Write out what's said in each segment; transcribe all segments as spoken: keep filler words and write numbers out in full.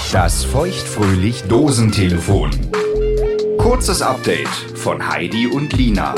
Das feuchtfröhlich Dosentelefon. Kurzes Update von Heidi und Lina.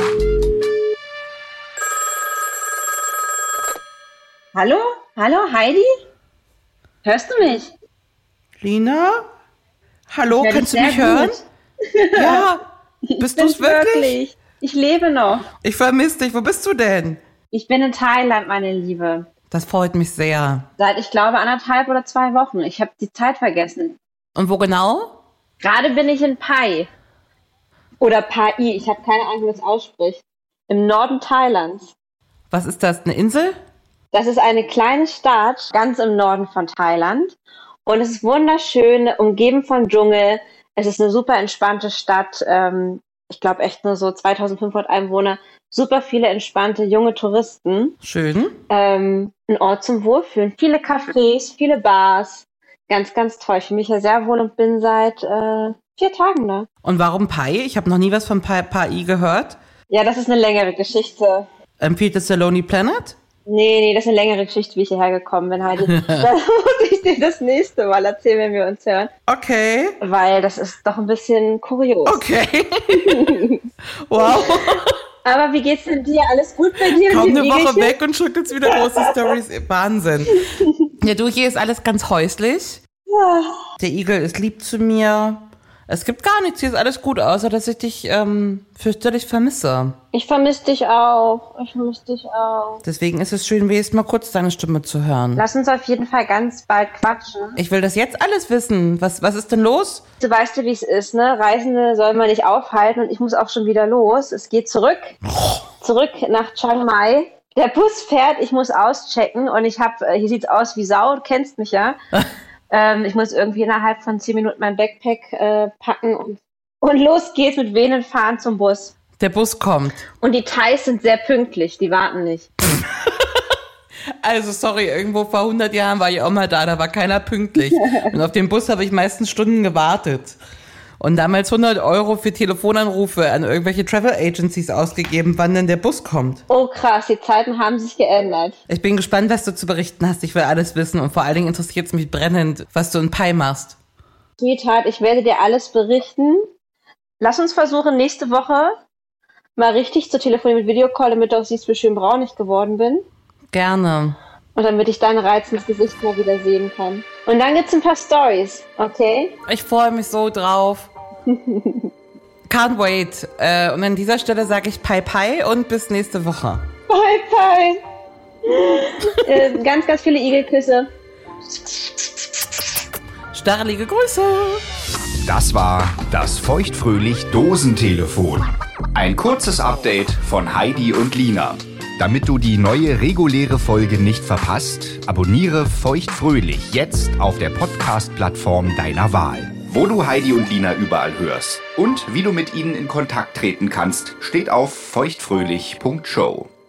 Hallo? Hallo, Heidi? Hörst du mich? Lina? Hallo, Ich kannst du sehr mich hören? gut. Ja, bist du es wirklich? wirklich? Ich lebe noch. Ich vermisse dich. Wo bist du denn? Ich bin in Thailand, meine Liebe. Das freut mich sehr. Seit, ich glaube, anderthalb oder zwei Wochen. Ich habe die Zeit vergessen. Und wo genau? Gerade bin ich in Pai. Oder Pai. Ich habe keine Ahnung, wie man das ausspricht. Im Norden Thailands. Was ist das, eine Insel? Das ist eine kleine Stadt ganz im Norden von Thailand. Und es ist wunderschön, umgeben von Dschungel. Es ist eine super entspannte Stadt. Ähm, ich glaube echt nur so zweitausendfünfhundert Einwohner. Super viele entspannte junge Touristen. Schön. Ähm, ein Ort zum Wohlfühlen. Viele Cafés, viele Bars. Ganz, ganz toll. Ich fühle mich ja sehr wohl und bin seit äh, vier Tagen da. Und warum Pai? Ich habe noch nie was von Pai, Pai gehört. Ja, das ist eine längere Geschichte. Empfiehlt es der Lonely Planet? Nee, nee, das ist eine längere Geschichte, wie ich hierher gekommen bin, Heidi. Da muss ich dir das nächste Mal erzählen, wenn wir uns hören. Okay. Weil das ist doch ein bisschen kurios. Okay. Wow. Aber wie geht's denn dir? Alles gut bei dir? Kaum mit dem eine Woche Igelchen? weg und schon gibt's wieder große Stories. Wahnsinn. Ja, du, hier ist alles ganz häuslich. Ja. Der Igel ist lieb zu mir. Es gibt gar nichts, hier ist alles gut, außer dass ich dich ähm, fürchterlich vermisse. Ich vermisse dich auch. Ich vermisse dich auch. Deswegen ist es schön, wenigstens mal kurz deine Stimme zu hören. Lass uns auf jeden Fall ganz bald quatschen. Ich will das jetzt alles wissen. Was, was ist denn los? Du weißt ja, wie es ist, ne? Reisende soll man nicht aufhalten und ich muss auch schon wieder los. Es geht zurück. Zurück nach Chiang Mai. Der Bus fährt, ich muss auschecken und ich habe, hier sieht's aus wie Sau, du kennst mich ja. ähm, ich muss irgendwie innerhalb von zehn Minuten mein Backpack äh, packen und, und los geht's mit Venen fahren zum Bus. Der Bus kommt. Und die Thais sind sehr pünktlich, die warten nicht. Also sorry, irgendwo vor hundert Jahren war ich auch mal da, da war keiner pünktlich. Und auf den Bus habe ich meistens Stunden gewartet. Und damals hundert Euro für Telefonanrufe an irgendwelche Travel Agencies ausgegeben, wann denn der Bus kommt. Oh krass, die Zeiten haben sich geändert. Ich bin gespannt, was du zu berichten hast. Ich will alles wissen und vor allen Dingen interessiert es mich brennend, was du in Pai machst. Sweetheart, ich werde dir alles berichten. Lass uns versuchen, nächste Woche mal richtig zu telefonieren mit Videocall, damit du auch siehst, wie schön braun ich geworden bin. Gerne. Und damit ich dein reizendes Gesicht mal wieder sehen kann. Und dann gibt's ein paar Stories, okay? Ich freue mich so drauf. Can't wait. Äh, und an dieser Stelle sage ich Pai Pai und bis nächste Woche. Bye, bye. äh, ganz, ganz viele Igelküsse. Starrelige Grüße. Das war das feuchtfröhlich Dosentelefon. Ein kurzes Update von Heidi und Lina. Damit du die neue reguläre Folge nicht verpasst, abonniere feuchtfröhlich jetzt auf der Podcast-Plattform deiner Wahl. Wo du Heidi und Lina überall hörst und wie du mit ihnen in Kontakt treten kannst, steht auf feuchtfröhlich punkt show.